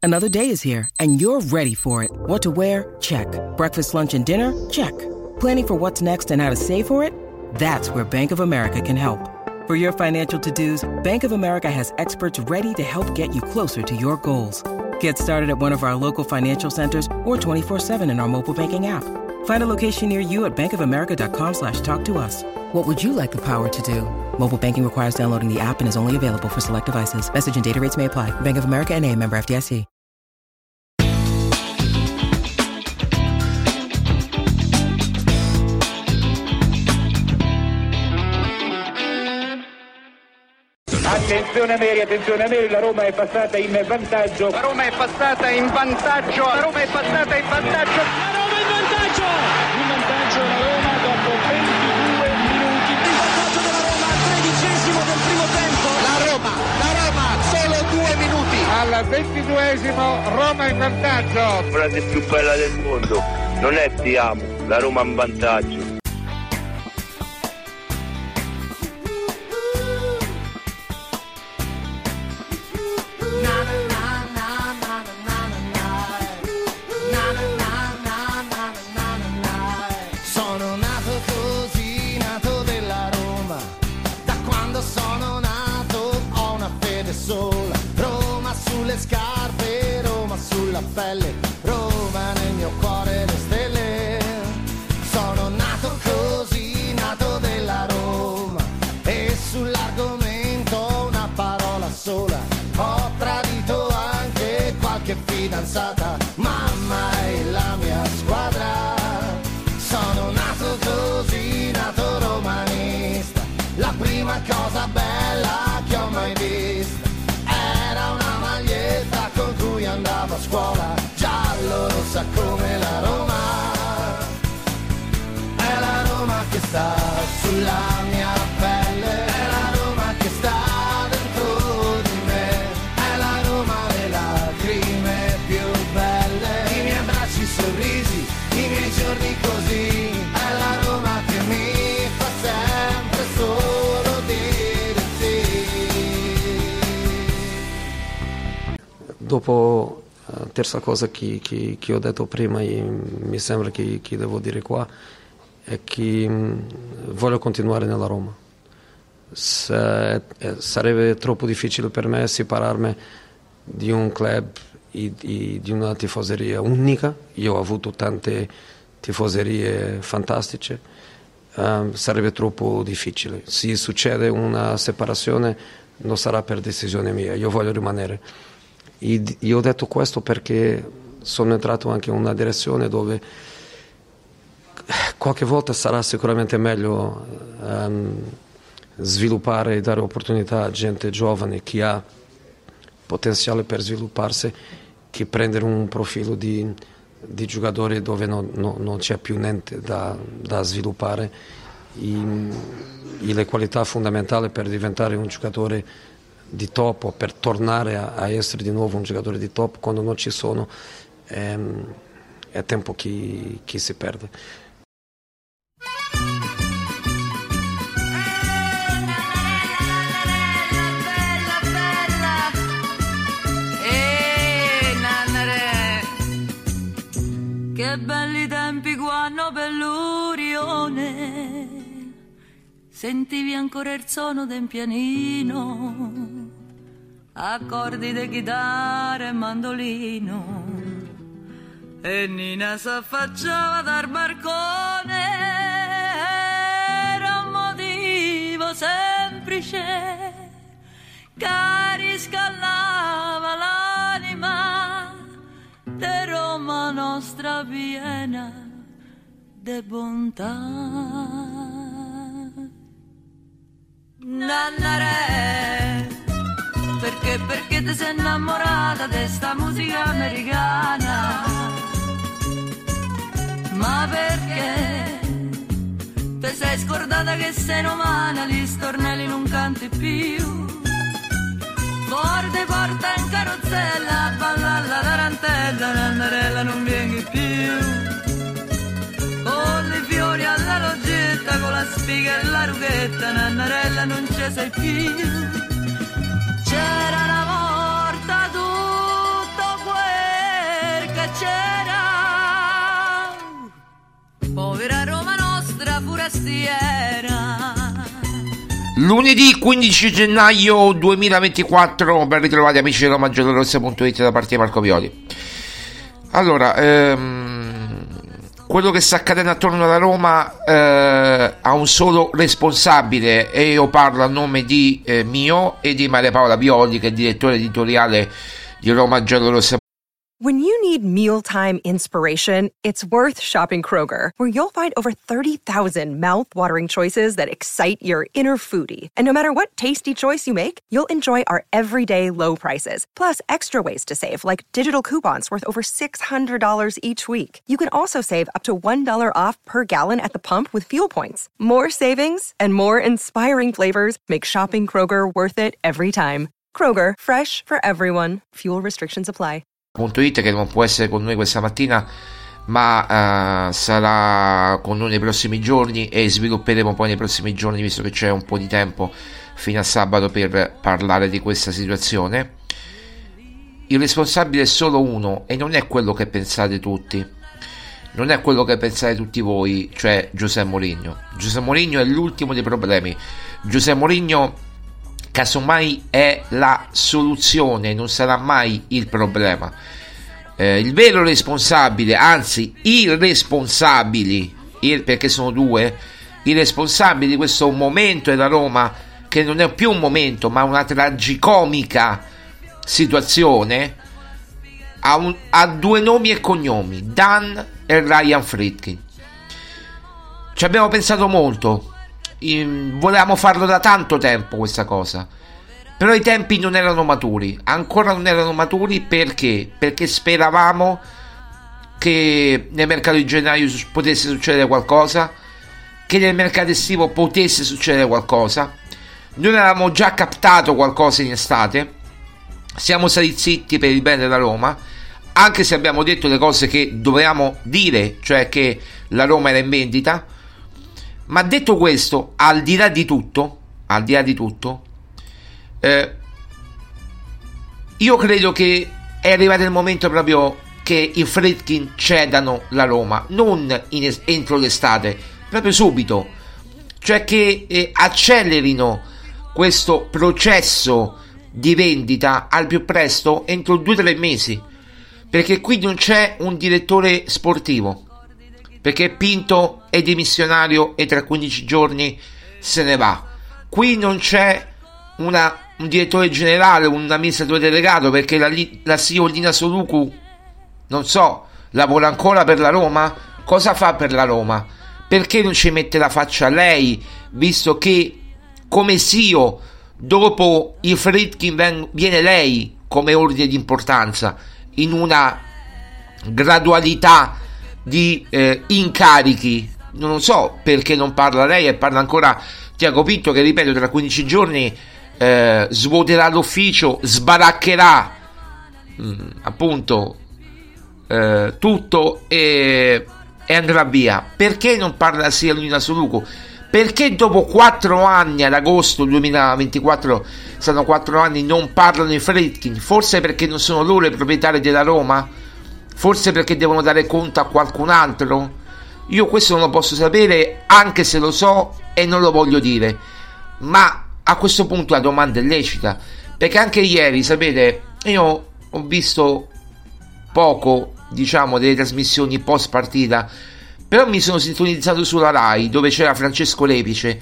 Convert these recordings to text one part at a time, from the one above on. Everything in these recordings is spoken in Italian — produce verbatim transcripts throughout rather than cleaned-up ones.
Another day is here, and you're ready for it. What to wear? Check. Breakfast, lunch, and dinner? Check. Planning for what's next and how to save for it? That's where Bank of America can help. For your financial to-dos, Bank of America has experts ready to help get you closer to your goals. Get started at one of our local financial centers or twenty-four seven in our mobile banking app. Find a location near you at bankofamerica.com slash talk to us. What would you like the power to do? Mobile banking requires downloading the app and is only available for select devices. Message and data rates may apply. Bank of America N A, member F D I C. Attenzione Ameri, attenzione Ameri, la Roma è passata in vantaggio. La Roma è passata in vantaggio. La Roma è passata in vantaggio. La Roma in vantaggio. In vantaggio la Roma dopo ventidue minuti. In vantaggio della Roma al tredicesimo del primo tempo. La Roma, la Roma, solo due minuti. Al ventiduesimo Roma in vantaggio. La frase più bella del mondo non è ti amo, la Roma in vantaggio. Pelle, Roma nel mio cuore le stelle. Sono nato così, nato della Roma, e sull'argomento una parola sola. Ho tradito anche qualche fidanzata, mamma è la mia squadra. Sono nato così, nato romanista. La prima cosa bella che ho mai vista era una maglietta con cui andavo a scuola, giallo rossa come la Roma. È la Roma che sta sulla mia pelle, è la Roma che sta dentro di me, è la Roma le lacrime più belle, i miei abbracci, i sorrisi, i miei giorni così, è la Roma che mi fa sempre solo dire sì. Dopo la terza cosa che, che, che ho detto prima, mi sembra che, che devo dire qua, è che mh, voglio continuare nella Roma. Se, eh, sarebbe troppo difficile per me separarmi di un club e di, di una tifoseria unica. Io ho avuto tante tifoserie fantastiche, uh, sarebbe troppo difficile. Se succede una separazione non sarà per decisione mia, io voglio rimanere. Io ho detto questo perché sono entrato anche in una direzione dove qualche volta sarà sicuramente meglio um, sviluppare e dare opportunità a gente giovane che ha potenziale per svilupparsi, che prendere un profilo di, di giocatore dove non, non, non c'è più niente da, da sviluppare. E, e le qualità fondamentali per diventare un giocatore di top o per tornare a, a essere di nuovo un giocatore di top, quando non ci sono, ehm, è tempo che, che si perde. Che belli tempi quando per l'Urione sentivi ancora il suono del pianino, accordi di chitarra e mandolino, e Nina s'affacciava dal balcone. Era un motivo semplice che riscaldava l'anima de Roma nostra piena de bontà. Nannare, perché, perché ti sei innamorata di sta musica americana? Ma perché ti sei scordata che sei romana, gli stornelli non canti più? Porta porta in carrozzella, a ballare la tarantella, Nannarella non vieni più. Con i fiori alla loggetta, con la spiga e la rughetta, Nannarella non ci sei più. C'era una volta tutto Lunedì quindici gennaio duemilaventiquattro, ben ritrovati amici di Roma Giallorossa punto it da parte di Marco Violi. Allora, ehm, quello che sta accadendo attorno alla Roma eh, ha un solo responsabile, e io parlo a nome di eh, mio e di Maria Paola Violi, che è direttore editoriale di Roma Giallorossa. When you need mealtime inspiration, it's worth shopping Kroger, where you'll find over thirty thousand mouth-watering choices that excite your inner foodie. And no matter what tasty choice you make, you'll enjoy our everyday low prices, plus extra ways to save, like digital coupons worth over six hundred dollars each week. You can also save up to one dollar off per gallon at the pump with fuel points. More savings and more inspiring flavors make shopping Kroger worth it every time. Kroger, fresh for everyone. Fuel restrictions apply. .it, che non può essere con noi questa mattina, ma uh, sarà con noi nei prossimi giorni, e svilupperemo poi nei prossimi giorni, visto che c'è un po' di tempo fino a sabato per parlare di questa situazione. Il responsabile è solo uno, e non è quello che pensate tutti, non è quello che pensate tutti voi, cioè José Mourinho. José Mourinho è l'ultimo dei problemi. José Mourinho casomai è la soluzione, non sarà mai il problema. Eh, il vero responsabile, anzi i responsabili, il, perché sono due, i responsabili di questo momento della Roma, che non è più un momento ma una tragicomica situazione, ha, un, ha due nomi e cognomi, Dan e Ryan Friedkin. Ci abbiamo pensato molto. Volevamo farlo da tanto tempo questa cosa, però i tempi non erano maturi, ancora non erano maturi. Perché? Perché speravamo che nel mercato di gennaio potesse succedere qualcosa, che nel mercato estivo potesse succedere qualcosa. Noi avevamo già captato qualcosa in estate, siamo stati zitti per il bene della Roma, anche se abbiamo detto le cose che dovevamo dire, cioè che la Roma era in vendita. Ma detto questo, al di là di tutto, al di là di tutto, eh, io credo che è arrivato il momento proprio che i Friedkin cedano la Roma, non in es- entro l'estate, proprio subito, cioè che eh, accelerino questo processo di vendita al più presto, entro due o tre mesi, perché qui non c'è un direttore sportivo, perché Pinto è dimissionario e tra quindici giorni se ne va. Qui non c'è una, un direttore generale, un amministratore delegato, perché la, la C E O Lina Soluku, non so, lavora ancora per la Roma? Cosa fa per la Roma? Perché non ci mette la faccia lei, visto che come C E O dopo i Friedkin viene lei come ordine di importanza, in una gradualità di eh, incarichi? Non lo so perché non parla lei e parla ancora Tiago Pinto, che ripeto tra quindici giorni eh, svuoterà l'ufficio, sbaraccherà mh, appunto eh, tutto e, e andrà via. Perché non parla sia Lina Soluku? Perché dopo quattro anni, ad agosto duemilaventiquattro saranno quattro anni, non parlano i Friedkin? Forse perché non sono loro i proprietari della Roma? Forse perché devono dare conto a qualcun altro? Io questo non lo posso sapere, anche se lo so e non lo voglio dire. Ma a questo punto la domanda è lecita, perché anche ieri, sapete, io ho visto poco, diciamo, delle trasmissioni post partita, però mi sono sintonizzato sulla Rai, dove c'era Francesco Lepice,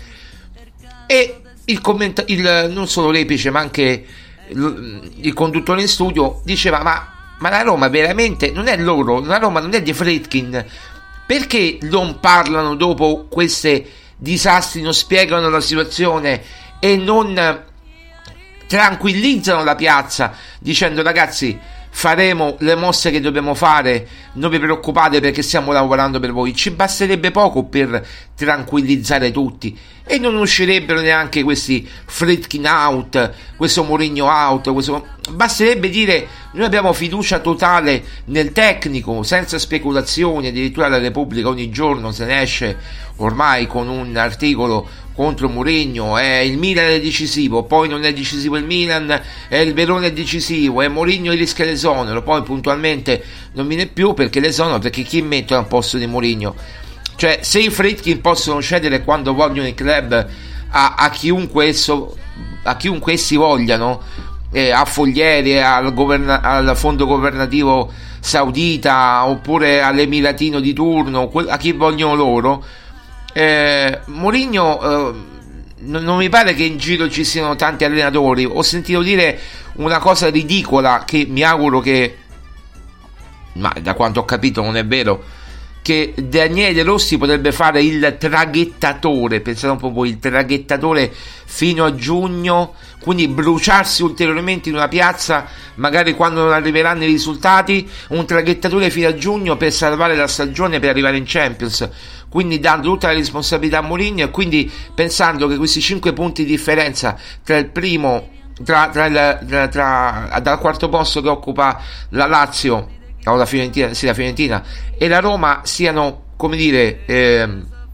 e il commenta- il, non solo Lepice ma anche il, il conduttore in studio diceva: ma Ma la Roma veramente non è loro, la Roma non è di Friedkin, perché non parlano dopo questi disastri, non spiegano la situazione e non tranquillizzano la piazza dicendo: ragazzi, faremo le mosse che dobbiamo fare, non vi preoccupate perché stiamo lavorando per voi. Ci basterebbe poco per tranquillizzare tutti, e non uscirebbero neanche questi Friedkin out, questo Mourinho out, questo... basterebbe dire: noi abbiamo fiducia totale nel tecnico, senza speculazioni. Addirittura la Repubblica ogni giorno se ne esce ormai con un articolo contro Mourinho: è il Milan è decisivo, poi non è decisivo il Milan, è il Verona è decisivo, è Mourinho rischia l'esonero, poi puntualmente non viene più perché l'esonero, perché chi mettono al posto di Mourinho? Cioè, se i Friedkin possono cedere quando vogliono il club a, a chiunque esso, a chiunque essi vogliano, eh, a Foglieri, al, governa- al fondo governativo saudita oppure all'emiratino di turno, a chi vogliono loro. eh, Mourinho, eh, non, non mi pare che in giro ci siano tanti allenatori. Ho sentito dire una cosa ridicola che mi auguro che, ma da quanto ho capito non è vero, che Daniele De Rossi potrebbe fare il traghettatore, pensate un po' voi, il traghettatore fino a giugno, quindi bruciarsi ulteriormente in una piazza magari quando non arriveranno i risultati, un traghettatore fino a giugno per salvare la stagione, per arrivare in Champions, quindi dando tutta la responsabilità a Mourinho, e quindi pensando che questi cinque punti di differenza tra il primo tra, tra, il, tra, tra dal quarto posto che occupa la Lazio o la Fiorentina, sì, la Fiorentina e la Roma siano, come dire, eh,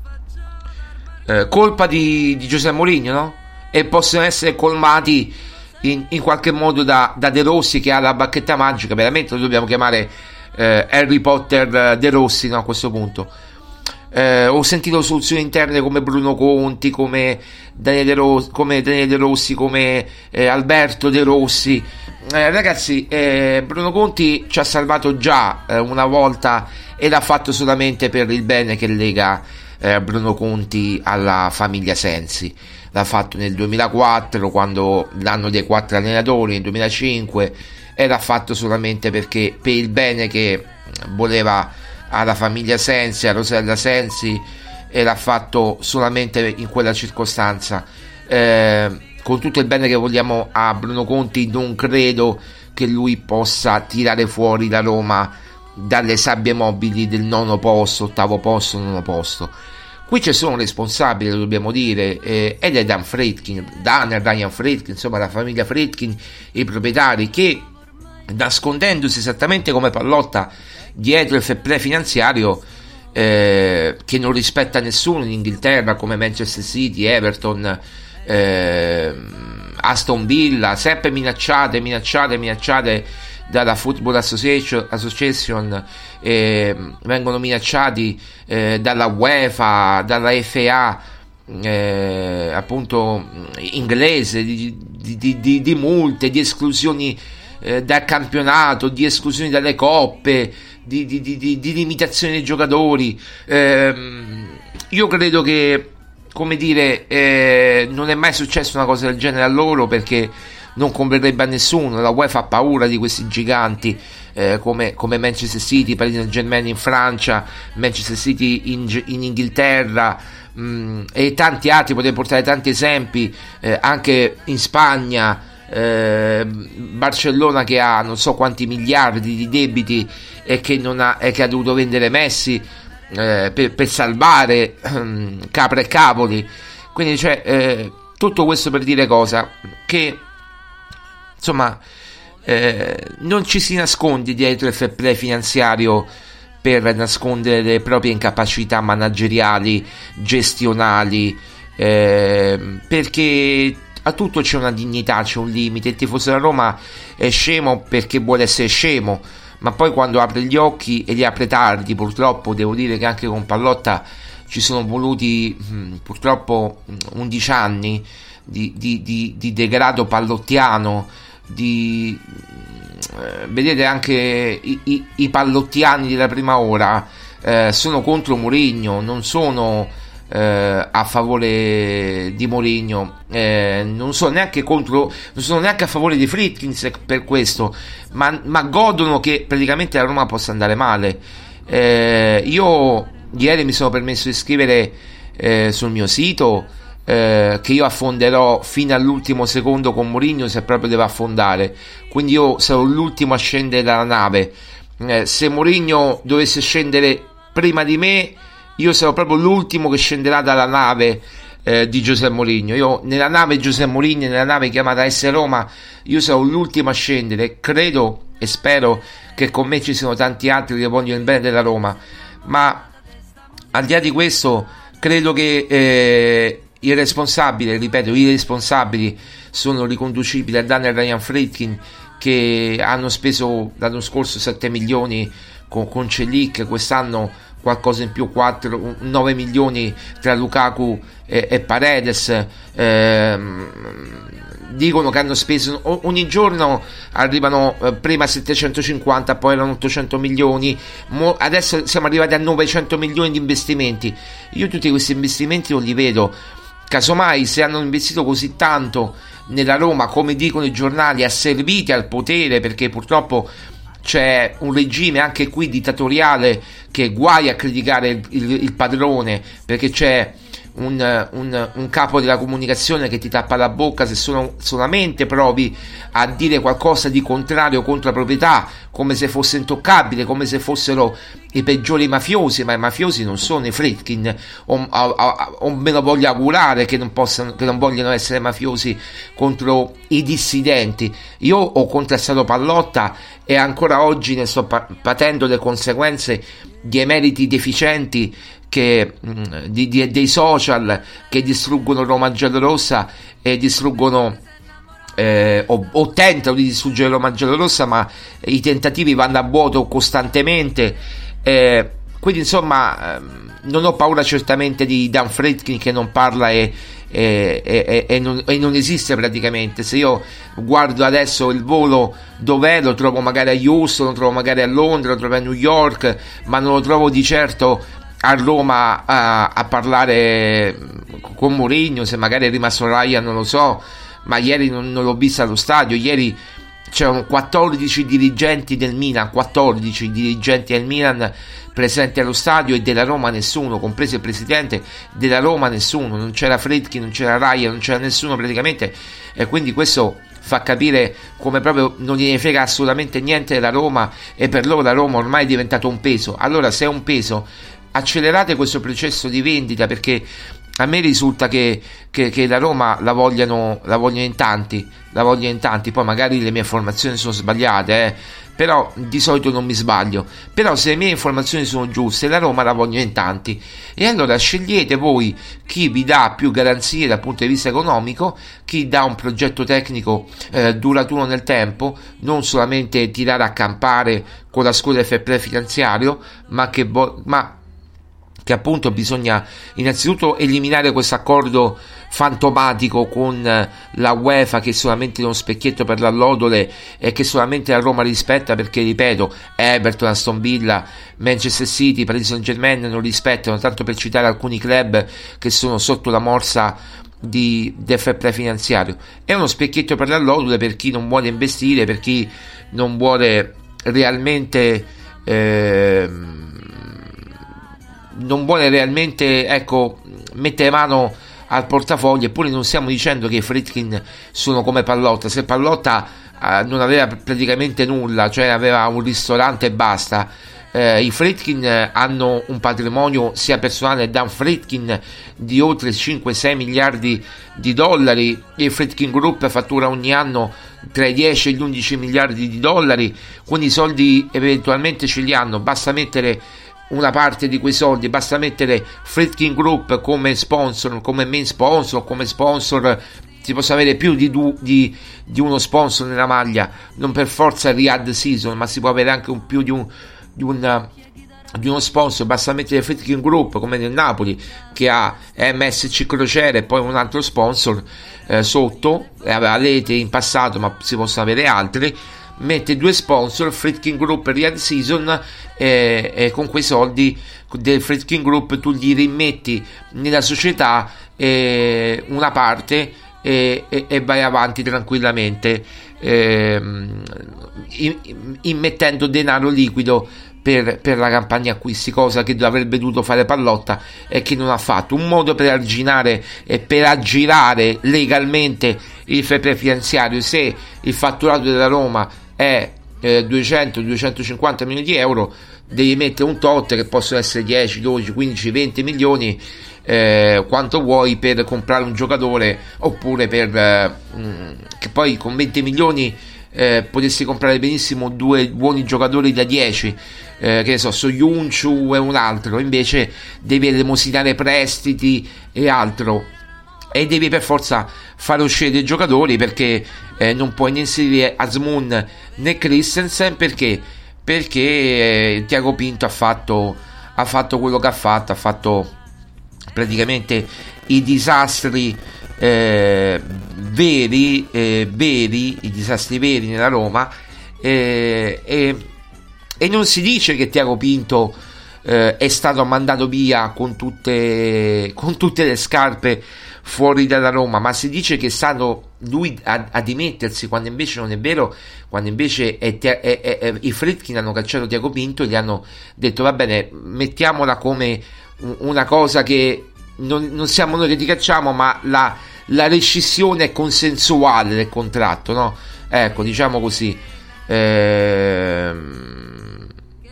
eh, colpa di, di Giuseppe Mourinho, no? E possono essere colmati in, in qualche modo da, da De Rossi, che ha la bacchetta magica. Veramente lo dobbiamo chiamare eh, Harry Potter De Rossi, no, a questo punto. Eh, ho sentito soluzioni interne come Bruno Conti, come Daniele De Rossi, come, Daniele De Rossi, come eh, Alberto De Rossi. Eh, ragazzi, eh, Bruno Conti ci ha salvato già eh, una volta, e l'ha fatto solamente per il bene che lega eh, Bruno Conti alla famiglia Sensi. L'ha fatto nel duemilaquattro, quando l'anno dei quattro allenatori, nel duemilacinque, e l'ha fatto solamente perché per il bene che voleva alla famiglia Sensi, a Rosella Sensi, e l'ha fatto solamente in quella circostanza. Eh, con tutto il bene che vogliamo a Bruno Conti, non credo che lui possa tirare fuori la Roma dalle sabbie mobili del nono posto, ottavo posto, nono posto. Qui ci sono responsabili, lo dobbiamo dire, eh, ed è Dan Friedkin, Dan e Ryan Friedkin, insomma la famiglia Friedkin, i proprietari, che nascondendosi esattamente come Pallotta dietro il fair play finanziario, eh, che non rispetta nessuno in Inghilterra, come Manchester City, Everton, eh, Aston Villa, sempre minacciate, minacciate, minacciate dalla Football Association, Association eh, vengono minacciati eh, dalla UEFA, dalla F A, eh, appunto inglese, di, di, di, di multe, di esclusioni eh, dal campionato, di esclusioni dalle coppe, di, di, di, di, di limitazioni dei giocatori. Eh, io credo che, come dire, eh, non è mai successa una cosa del genere a loro, perché non converrebbe a nessuno. La UEFA ha paura di questi giganti eh, come, come Manchester City, Paris Saint-Germain in Francia, Manchester City in, in Inghilterra, mh, e tanti altri. Potrei portare tanti esempi eh, anche in Spagna, eh, Barcellona, che ha non so quanti miliardi di debiti e che, non ha, e che ha dovuto vendere Messi eh, per, per salvare eh, capre e cavoli. Quindi cioè, eh, tutto questo per dire cosa? Che insomma eh, non ci si nasconde dietro il fair play finanziario per nascondere le proprie incapacità manageriali, gestionali, eh, perché a tutto c'è una dignità, c'è un limite. Il tifoso della Roma è scemo perché vuole essere scemo, ma poi quando apre gli occhi, e li apre tardi, purtroppo devo dire che anche con Pallotta ci sono voluti mh, purtroppo undici anni di, di, di, di degrado pallottiano, di eh, vedete anche i, i, i pallottiani della prima ora eh, sono contro Mourinho, non sono eh, a favore di Mourinho, eh, non sono neanche contro, non sono neanche a favore di Friedkin per questo, ma, ma godono che praticamente la Roma possa andare male. Eh, io ieri mi sono permesso di scrivere eh, sul mio sito Eh, che io affonderò fino all'ultimo secondo con Mourinho, se proprio deve affondare, quindi io sarò l'ultimo a scendere dalla nave. Eh, se Mourinho dovesse scendere prima di me, io sarò proprio l'ultimo che scenderà dalla nave eh, di Giuseppe Mourinho. Io nella nave Giuseppe Mourinho, nella nave chiamata S Roma, io sarò l'ultimo a scendere. Credo e spero che con me ci siano tanti altri che vogliono il bene della Roma, ma al di là di questo credo che eh, i responsabili, ripeto, i responsabili sono riconducibili a Dan e Ryan Friedkin, che hanno speso l'anno scorso sette milioni con, con Celic, quest'anno qualcosa in più, quattro nove milioni tra Lukaku e, e Paredes. ehm, dicono che hanno speso ogni giorno, arrivano eh, prima settecentocinquanta, poi erano ottocento milioni, mo, adesso siamo arrivati a novecento milioni di investimenti. Io tutti questi investimenti non li vedo. Casomai, se hanno investito così tanto nella Roma, come dicono i giornali, asserviti al potere, perché purtroppo c'è un regime anche qui dittatoriale che guai a criticare il, il, il padrone, perché c'è un, un, un capo della comunicazione che ti tappa la bocca se solo, solamente provi a dire qualcosa di contrario contro la proprietà, come se fosse intoccabile, come se fossero i peggiori mafiosi. Ma i mafiosi non sono i Friedkin, o, o, o, o me lo voglio augurare che non possano, che non vogliono essere mafiosi contro i dissidenti. Io ho contrastato Pallotta e ancora oggi ne sto patendo le conseguenze di emeriti deficienti che, di, di, dei social che distruggono Roma giallorossa e distruggono eh, o, o tentano di distruggere Roma giallorossa, ma i tentativi vanno a vuoto costantemente. Eh, quindi insomma eh, non ho paura certamente di Dan Friedkin che non parla e E, e, e, non, e non esiste praticamente. Se io guardo adesso il volo dov'è, lo trovo magari a Houston, lo trovo magari a Londra, lo trovo a New York, ma non lo trovo di certo a Roma a, a parlare con Mourinho. Se magari è rimasto Ryan non lo so, ma ieri non, non l'ho visto allo stadio. Ieri c'erano quattordici dirigenti del Milan, quattordici dirigenti del Milan presenti allo stadio, e della Roma nessuno, compreso il presidente. Della Roma nessuno, non c'era Friedkin, non c'era Raya, non c'era nessuno praticamente, e quindi questo fa capire come proprio non gliene frega assolutamente niente della Roma, e per loro la Roma ormai è diventato un peso. Allora, se è un peso, accelerate questo processo di vendita, perché a me risulta che, che, che la Roma la vogliano, la vogliono in tanti, la vogliono in tanti. Poi magari le mie informazioni sono sbagliate, eh, però di solito non mi sbaglio. Però se le mie informazioni sono giuste, la Roma la vogliono in tanti, e allora scegliete voi chi vi dà più garanzie dal punto di vista economico, chi dà un progetto tecnico eh, duraturo nel tempo, non solamente tirare a campare con la scuola del fair play finanziario, ma che vo- ma che appunto bisogna innanzitutto eliminare questo accordo fantomatico con la UEFA, che è solamente uno specchietto per l'allodole e che solamente la Roma rispetta, perché ripeto, Everton, Aston Villa, Manchester City, Paris Saint-Germain non rispettano, tanto per citare alcuni club che sono sotto la morsa di del fair play finanziario. È uno specchietto per l'allodole per chi non vuole investire, per chi non vuole realmente eh, non vuole realmente ecco mettere mano al portafoglio. Eppure non stiamo dicendo che i Friedkin sono come Pallotta. Se Pallotta eh, non aveva praticamente nulla, cioè aveva un ristorante e basta, eh, i Friedkin hanno un patrimonio sia personale, Dan Friedkin, di oltre cinque sei miliardi di dollari. Il Friedkin Group fattura ogni anno tra i dieci e gli undici miliardi di dollari, quindi i soldi eventualmente ce li hanno. Basta mettere una parte di quei soldi, basta mettere Friedkin Group come sponsor, come main sponsor, come sponsor. Si possa avere più di, du, di, di uno sponsor nella maglia, non per forza Riyadh Season, ma si può avere anche un più di, un, di, una, di uno sponsor. Basta mettere Friedkin Group come nel Napoli, che ha M S C Crociere e poi un altro sponsor eh, sotto, aveva Lete in passato, ma si possono avere altri. Mette due sponsor, Friedkin Group e Riyadh Season, e, e con quei soldi del Friedkin Group tu gli rimetti nella società eh, una parte e, e, e vai avanti tranquillamente, eh, immettendo denaro liquido per, per la campagna acquisti, cosa che avrebbe dovuto fare Pallotta e che non ha fatto. Un modo per arginare e per aggirare legalmente il fair play finanziario. Se il fatturato della Roma è eh, duecento duecentocinquanta milioni di euro, devi mettere un tot, che possono essere dieci, dodici, quindici, venti milioni, eh, quanto vuoi, per comprare un giocatore, oppure per eh, mh, che poi con venti milioni eh, potessi comprare benissimo due buoni giocatori da dieci, eh, che ne so, Soyuncu e un altro. Invece devi elemosinare prestiti e altro, e devi per forza fare uscire dei giocatori, perché eh, non puoi né inserire Azmoun né Christensen, perché perché eh, Tiago Pinto ha fatto ha fatto quello che ha fatto, ha fatto praticamente i disastri eh, veri, eh, veri, i disastri veri nella Roma, eh, e, e non si dice che Tiago Pinto eh, è stato mandato via con tutte, con tutte le scarpe fuori dalla Roma, ma si dice che è stato lui a, a dimettersi, quando invece non è vero, quando invece è, è, è, è, i Friedkin hanno cacciato Tiago Pinto e gli hanno detto va bene, mettiamola come una cosa che non, non siamo noi che ti cacciamo, ma la, la rescissione è consensuale del contratto, no? Ecco, diciamo così. Ehm,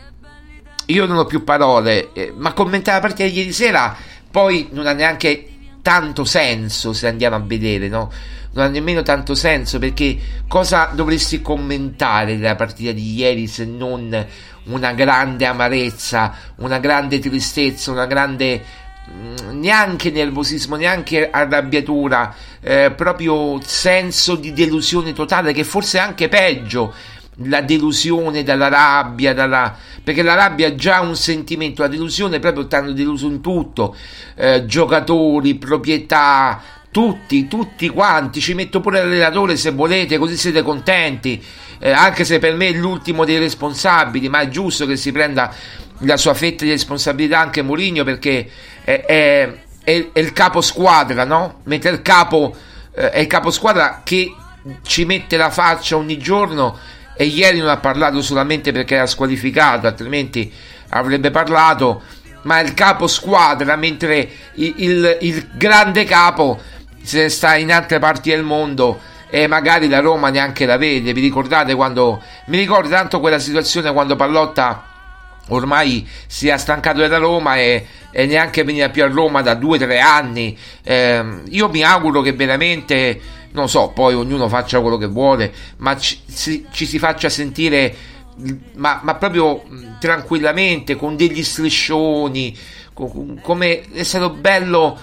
io non ho più parole, eh, ma commentare la partita di ieri sera poi non ha neanche tanto senso, se andiamo a vedere, no? Non ha nemmeno tanto senso, perché cosa dovresti commentare della partita di ieri se non una grande amarezza, una grande tristezza, una grande mh, neanche nervosismo, neanche arrabbiatura, eh, proprio senso di delusione totale, che forse è anche peggio la delusione dalla rabbia, dalla... perché la rabbia è già un sentimento, la delusione proprio ti hanno deluso in tutto, eh, giocatori, proprietà, tutti, tutti quanti, ci metto pure l'allenatore se volete, così siete contenti, eh, anche se per me è l'ultimo dei responsabili, ma è giusto che si prenda la sua fetta di responsabilità anche Mourinho, perché è, è, è, è il capo squadra, no? Mentre il capo eh, è il capo squadra che ci mette la faccia ogni giorno, e ieri non ha parlato solamente perché era squalificato, altrimenti avrebbe parlato, ma il capo squadra, mentre il, il, il grande capo se ne sta in altre parti del mondo e magari la Roma neanche la vede. Vi ricordate quando, mi ricordo tanto quella situazione quando Pallotta ormai si è stancato della Roma e, e neanche veniva più a Roma da due o tre anni. Eh, io mi auguro che veramente, non so, poi ognuno faccia quello che vuole, ma ci, ci, ci si faccia sentire, ma, ma proprio tranquillamente, con degli striscioni, con, come è stato bello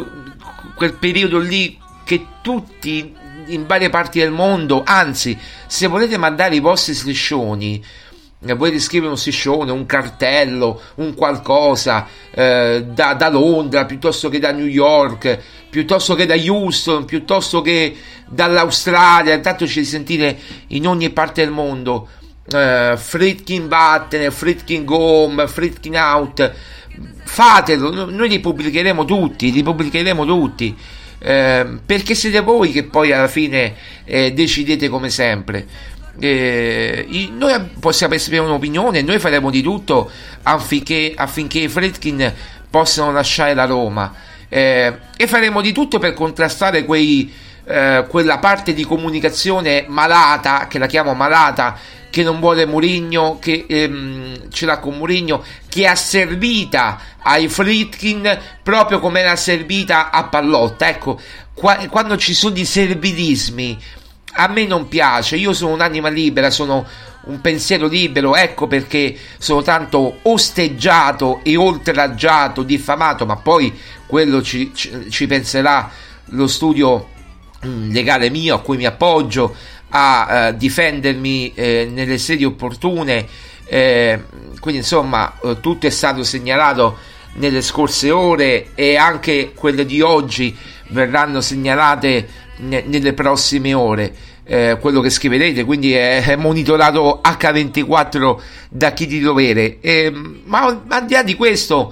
quel periodo lì, che tutti in varie parti del mondo, anzi, se volete mandare i vostri striscioni, volete scrivere un striscione, un cartello, un qualcosa eh, da, da Londra, piuttosto che da New York, piuttosto che da Houston, piuttosto che dall'Australia, intanto ci sentite in ogni parte del mondo, eh, Friedkin vattene, Friedkin home, Friedkin out, fatelo, noi li pubblicheremo tutti, li pubblicheremo tutti, eh, perché siete voi che poi alla fine eh, decidete come sempre. Eh, noi possiamo esprimere un'opinione, noi faremo di tutto affinché, affinché i Friedkin possano lasciare la Roma, eh, e faremo di tutto per contrastare quei, eh, quella parte di comunicazione malata, che la chiamo malata, che non vuole Mourinho, che ehm, ce l'ha con Mourinho, che è asservita ai Friedkin proprio come era servita a Pallotta. Ecco, qua, quando ci sono i servilismi a me non piace. Io sono un'anima libera, sono un pensiero libero, ecco perché sono tanto osteggiato e oltraggiato, diffamato, ma poi quello ci, ci, ci penserà lo studio mh, legale mio, a cui mi appoggio a uh, difendermi eh, nelle sedi opportune, eh, quindi insomma uh, tutto è stato segnalato nelle scorse ore e anche quelle di oggi verranno segnalate ne- nelle prossime ore, eh, quello che scriverete, quindi è, è monitorato acca ventiquattro da chi di dovere, eh, ma, ma al di là di questo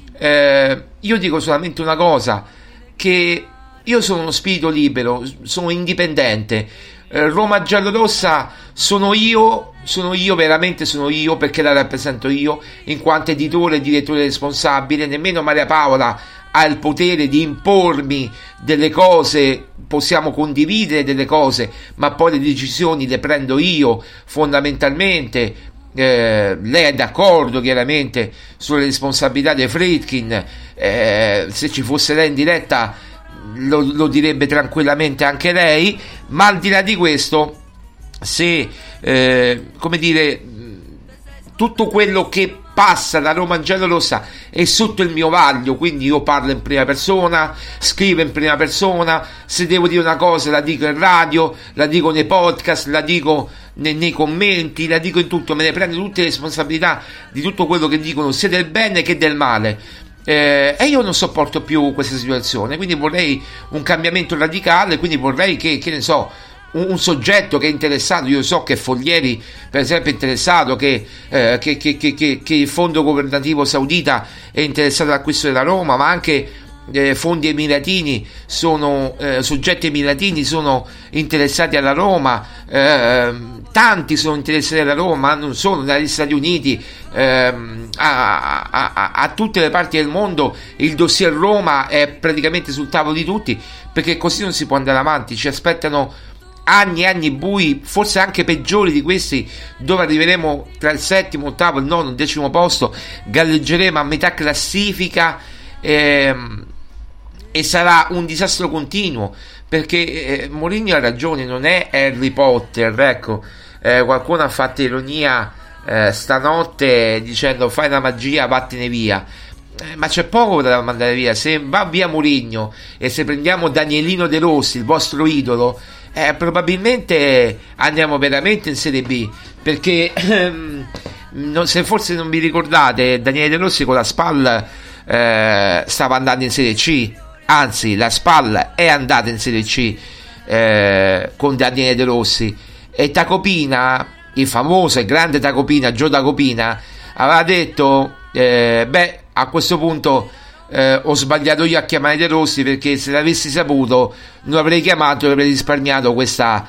eh, io dico solamente una cosa, che io sono uno spirito libero, sono indipendente. eh, Roma giallorossa sono io, sono io, veramente sono io, perché la rappresento io in quanto editore e direttore responsabile. Nemmeno Maria Paola ha il potere di impormi delle cose, possiamo condividere delle cose, ma poi le decisioni le prendo io fondamentalmente. Eh, lei è d'accordo chiaramente sulle responsabilità dei Friedkin, eh, se ci fosse lei in diretta lo, lo direbbe tranquillamente anche lei, ma al di là di questo, se eh, come dire, tutto quello che passa da Roma giallorossa è sotto il mio vaglio, quindi io parlo in prima persona, scrivo in prima persona, se devo dire una cosa la dico in radio, la dico nei podcast, la dico nei, nei commenti, la dico in tutto, me ne prendo tutte le responsabilità di tutto quello che dicono, sia del bene che del male. Eh, e io non sopporto più questa situazione, quindi vorrei un cambiamento radicale, quindi vorrei che, che ne so, un, un soggetto che è interessato, io so che Foglieri per esempio è interessato, che, eh, che, che, che, che, che il fondo governativo saudita è interessato all'acquisto della Roma, ma anche eh, fondi emiratini sono eh, soggetti emiratini sono interessati alla Roma, eh, tanti sono interessati alla Roma, ma non solo, dagli Stati Uniti ehm, a, a, a, a tutte le parti del mondo. Il dossier Roma è praticamente sul tavolo di tutti, perché così non si può andare avanti, ci aspettano anni e anni bui, forse anche peggiori di questi, dove arriveremo tra il settimo, ottavo, il nono, il decimo posto, galleggeremo a metà classifica, ehm, e sarà un disastro continuo, perché eh, Mourinho ha ragione, non è Harry Potter, ecco. Eh, qualcuno ha fatto ironia eh, stanotte dicendo fai la magia, vattene via, eh, ma c'è poco da mandare via. Se va via Mourinho e se prendiamo Danielino De Rossi, il vostro idolo, eh, probabilmente andiamo veramente in Serie B, perché ehm, non, se forse non vi ricordate, Daniele De Rossi con la Spal eh, stava andando in Serie C, anzi la Spal è andata in Serie C eh, con Daniele De Rossi, e Tacopina, il famoso e grande Tacopina, Gio Tacopina, aveva detto eh, beh, a questo punto eh, ho sbagliato io a chiamare De Rossi, perché se l'avessi saputo non avrei chiamato e avrei risparmiato questa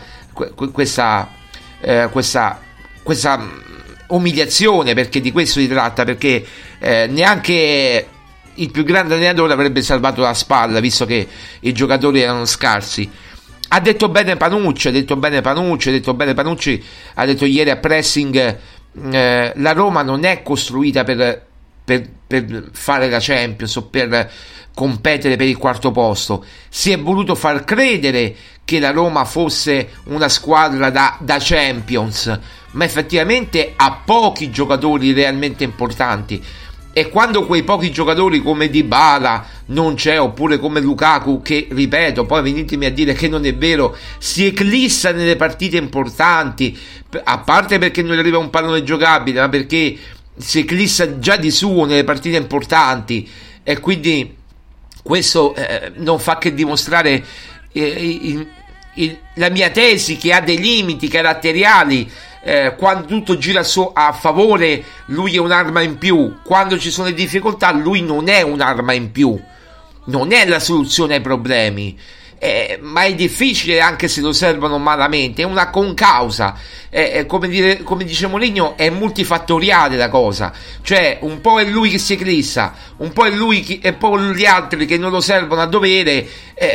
questa eh, questa questa umiliazione, perché di questo si tratta, perché eh, neanche il più grande allenatore avrebbe salvato la Spalla, visto che i giocatori erano scarsi. Ha detto bene Panucci, ha detto bene Panucci, ha detto bene Panucci, ha detto ieri a Pressing, eh, la Roma non è costruita per, per, per fare la Champions o per competere per il quarto posto. Si è voluto far credere che la Roma fosse una squadra da, da Champions, ma effettivamente ha pochi giocatori realmente importanti. E quando quei pochi giocatori come Dybala non c'è, oppure come Lukaku, che ripeto, poi venitemi a dire che non è vero, si eclissa nelle partite importanti, a parte perché non gli arriva un pallone giocabile, ma perché si eclissa già di suo nelle partite importanti, e quindi questo eh, non fa che dimostrare eh, il, il, la mia tesi, che ha dei limiti caratteriali. Eh, quando tutto gira so- a favore, lui è un'arma in più, quando ci sono le difficoltà lui non è un'arma in più, non è la soluzione ai problemi, eh, ma è difficile anche se lo servono malamente, è una concausa, eh, eh, come, dire, come dice Mourinho, è multifattoriale la cosa, cioè un po' è lui che si eclissa, un po' è lui che, e poi gli altri che non lo servono a dovere,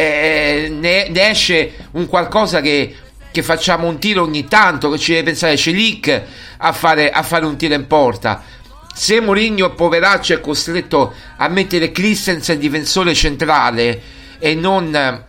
eh, ne, ne esce un qualcosa che che facciamo un tiro ogni tanto, che ci deve pensare Celic a fare, a fare un tiro in porta. Se Mourinho, poveraccio, è costretto a mettere Christensen difensore centrale e non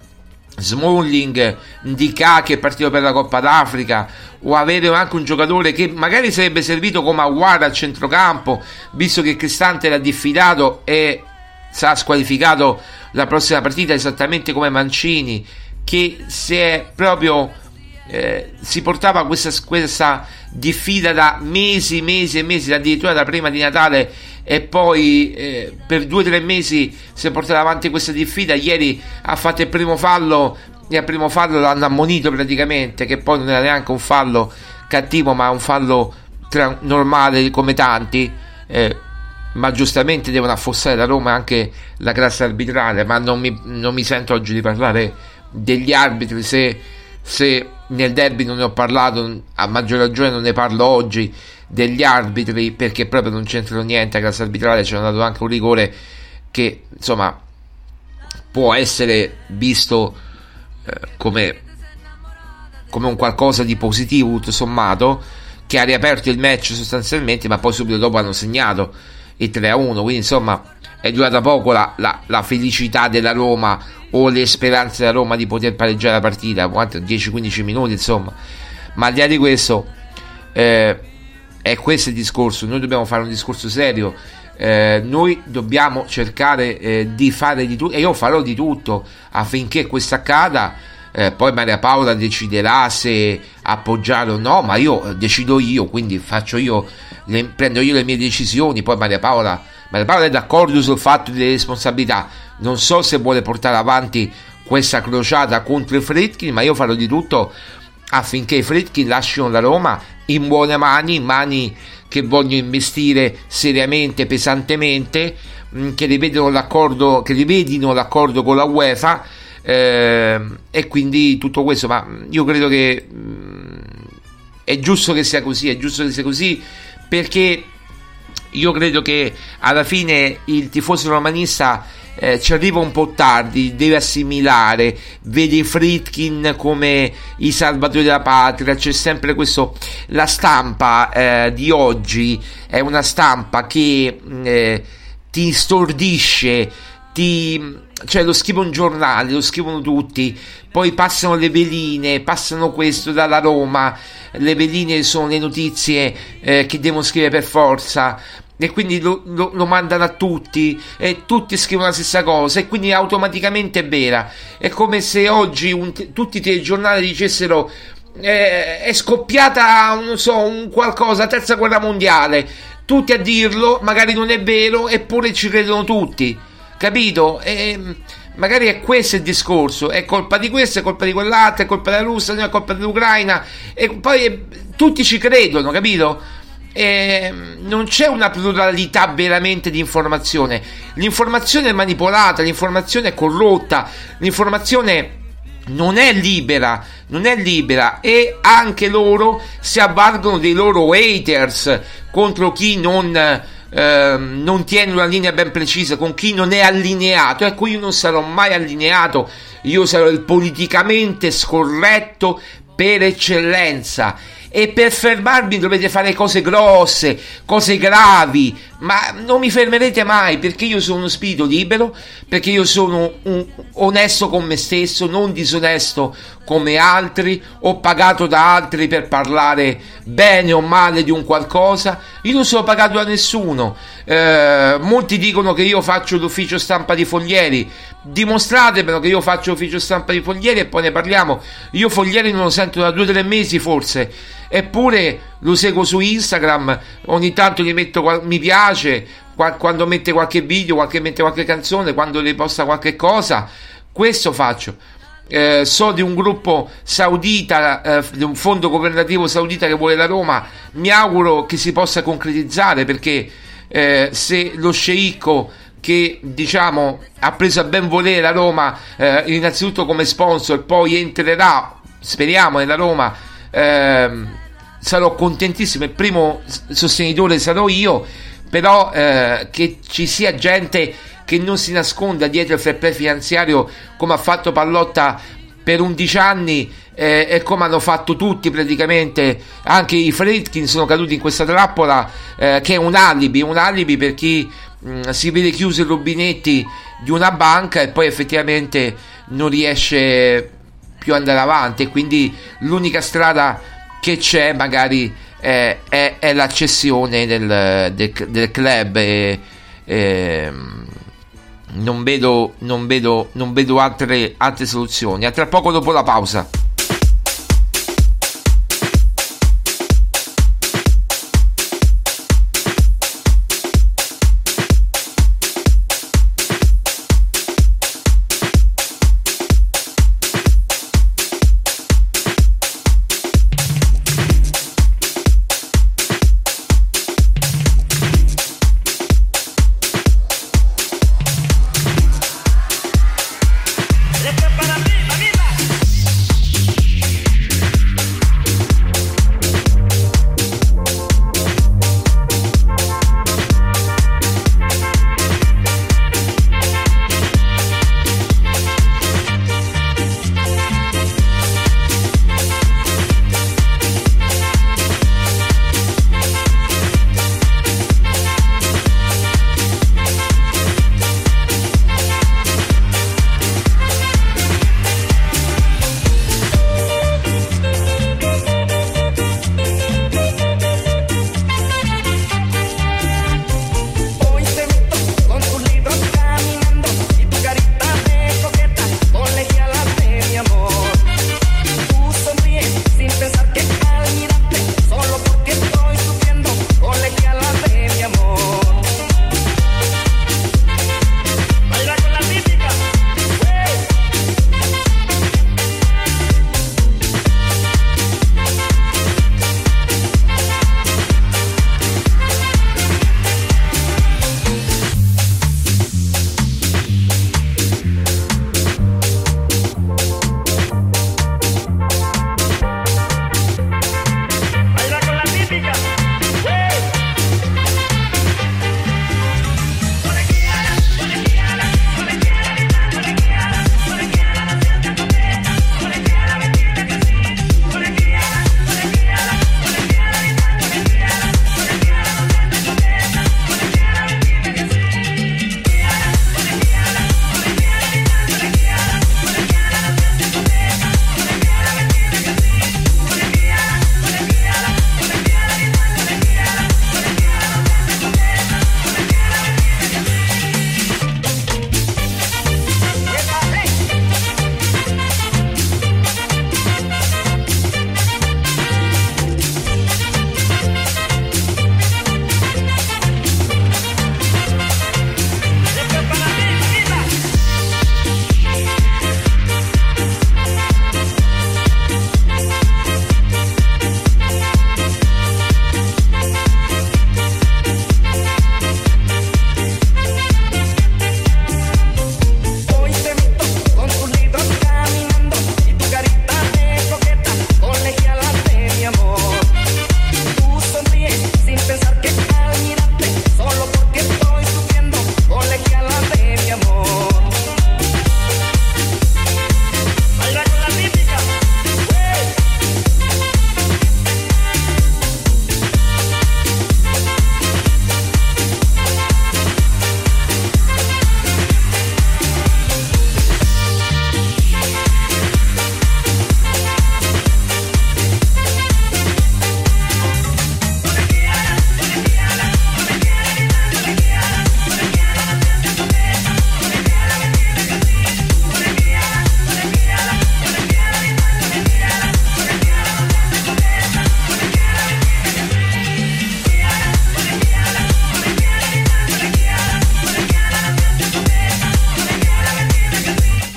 Smalling, Ndicà che è partito per la Coppa d'Africa, o avere anche un giocatore che magari sarebbe servito come Aouar al centrocampo, visto che Cristante era diffidato e sarà squalificato la prossima partita, esattamente come Mancini, che si è proprio Eh, si portava questa, questa diffida da mesi, mesi e mesi, addirittura da prima di Natale, e poi eh, per due o tre mesi si è portata avanti questa diffida. Ieri ha fatto il primo fallo e al primo fallo l'hanno ammonito praticamente, che poi non era neanche un fallo cattivo, ma un fallo tra, normale come tanti, eh, ma giustamente devono affossare la Roma anche la classe arbitrale. Ma non mi, non mi sento oggi di parlare degli arbitri, se se nel derby non ne ho parlato, a maggior ragione non ne parlo oggi degli arbitri, perché proprio non c'entrano niente. A classe arbitrale ci hanno dato anche un rigore che insomma può essere visto eh, come come un qualcosa di positivo tutto sommato, che ha riaperto il match sostanzialmente, ma poi subito dopo hanno segnato il tre a uno, quindi insomma è durata poco la, la, la felicità della Roma o le speranze della Roma di poter pareggiare la partita, dieci quindici minuti insomma. Ma al di là di questo eh, è è questo il discorso. Noi dobbiamo fare un discorso serio. Eh, noi dobbiamo cercare eh, di fare di tutto, e io farò di tutto affinché questo accada. Eh, poi Maria Paola deciderà se appoggiare o no, ma io decido io, quindi faccio io le, prendo io le mie decisioni. Poi Maria Paola, Maria Paola è d'accordo sul fatto delle responsabilità. Non so se vuole portare avanti questa crociata contro i Friedkin, ma io farò di tutto affinché i Friedkin lasciano la Roma in buone mani, in mani che vogliono investire seriamente, pesantemente, mh, che rivedino l'accordo, che rivedino l'accordo con la UEFA, eh, e quindi tutto questo. Ma io credo che mh, è giusto che sia così, è giusto che sia così, perché io credo che alla fine il tifoso romanista Eh, ci arriva un po' tardi, deve assimilare, vede i Friedkin come i salvatori della patria. C'è sempre questo, la stampa eh, di oggi è una stampa che eh, ti stordisce, ti, cioè lo scrive un giornale, lo scrivono tutti, poi passano le veline, passano questo dalla Roma, le veline sono le notizie eh, che devono scrivere per forza, e quindi lo, lo, lo mandano a tutti e tutti scrivono la stessa cosa, e quindi automaticamente è vera. È come se oggi un, tutti i telegiornali dicessero eh, è scoppiata, non so, un qualcosa, terza guerra mondiale, tutti a dirlo, magari non è vero, eppure ci credono tutti, capito? E magari è questo il discorso, è colpa di questo, è colpa di quell'altro, è colpa della Russia, non è colpa dell'Ucraina, e poi eh, tutti ci credono, capito? Eh, non c'è una pluralità veramente di informazione. L'informazione è manipolata, l'informazione è corrotta, l'informazione non è libera, non è libera, e anche loro si avvalgono dei loro haters contro chi non, eh, non tiene una linea ben precisa, con chi non è allineato. Ecco, io non sarò mai allineato, io sarò il politicamente scorretto per eccellenza. E per fermarmi dovete fare cose grosse, cose gravi, ma non mi fermerete mai, perché io sono uno spirito libero, perché io sono un onesto con me stesso, non disonesto come altri, o pagato da altri per parlare bene o male di un qualcosa. Io non sono pagato da nessuno. Eh, molti dicono che io faccio l'ufficio stampa di Foglieri, dimostratemelo che io faccio l'ufficio stampa di Foglieri e poi ne parliamo. Io Foglieri non lo sento da due o tre mesi forse, eppure lo seguo su Instagram, ogni tanto gli metto qual- mi piace qual- quando mette qualche video, qualche, mette qualche canzone, quando le posta qualche cosa. Questo faccio. Eh, so di un gruppo saudita, eh, di un fondo governativo saudita che vuole la Roma. Mi auguro che si possa concretizzare, perché eh, se lo sceicco, che diciamo ha preso a ben volere la Roma, eh, innanzitutto come sponsor, poi entrerà, speriamo, nella Roma, eh, sarò contentissimo. Il primo sostenitore sarò io, però eh, che ci sia gente che non si nasconda dietro il fair play finanziario, come ha fatto Pallotta per undici anni, eh, e come hanno fatto tutti praticamente. Anche i Friedkin sono caduti in questa trappola, eh, che è un alibi, un alibi per chi mh, si vede chiuso i rubinetti di una banca e poi effettivamente non riesce più ad andare avanti, e quindi l'unica strada che c'è magari è, è, è la cessione del, del, del club, e, e non vedo, non vedo, non vedo altre, altre soluzioni. A tra poco dopo la pausa.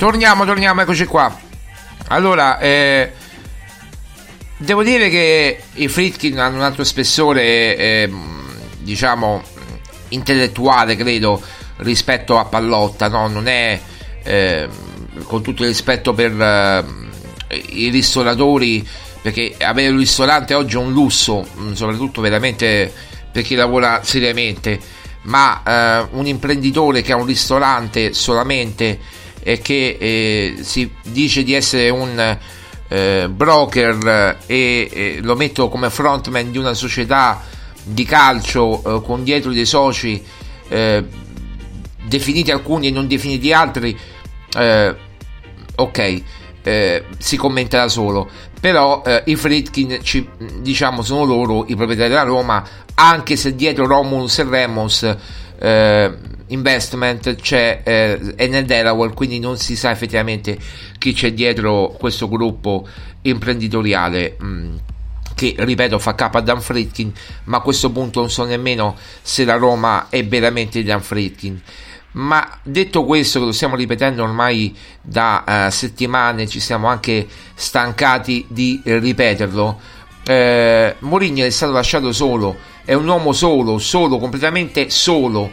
Torniamo, torniamo, eccoci qua. Allora, eh, devo dire che i Friedkin hanno un altro spessore, eh, diciamo, intellettuale, credo, rispetto a Pallotta, no? Non è, eh, con tutto il rispetto per eh, i ristoratori, perché avere un ristorante oggi è un lusso, soprattutto veramente per chi lavora seriamente, ma eh, un imprenditore che ha un ristorante solamente e che eh, si dice di essere un eh, broker e, e lo metto come frontman di una società di calcio eh, con dietro dei soci eh, definiti alcuni e non definiti altri, eh, ok, eh, si commenterà solo, però eh, i Friedkin ci, diciamo sono loro i proprietari della Roma, anche se dietro Romulus e Remus eh, Investment c'è eh, è nel Delaware, quindi non si sa effettivamente chi c'è dietro questo gruppo imprenditoriale mh, che, ripeto, fa capo a Dan Friedkin, ma a questo punto non so nemmeno se la Roma è veramente Dan Friedkin. Ma detto questo, che lo stiamo ripetendo ormai da uh, settimane, ci siamo anche stancati di ripeterlo, eh, Mourinho è stato lasciato solo, è un uomo solo, solo, completamente solo.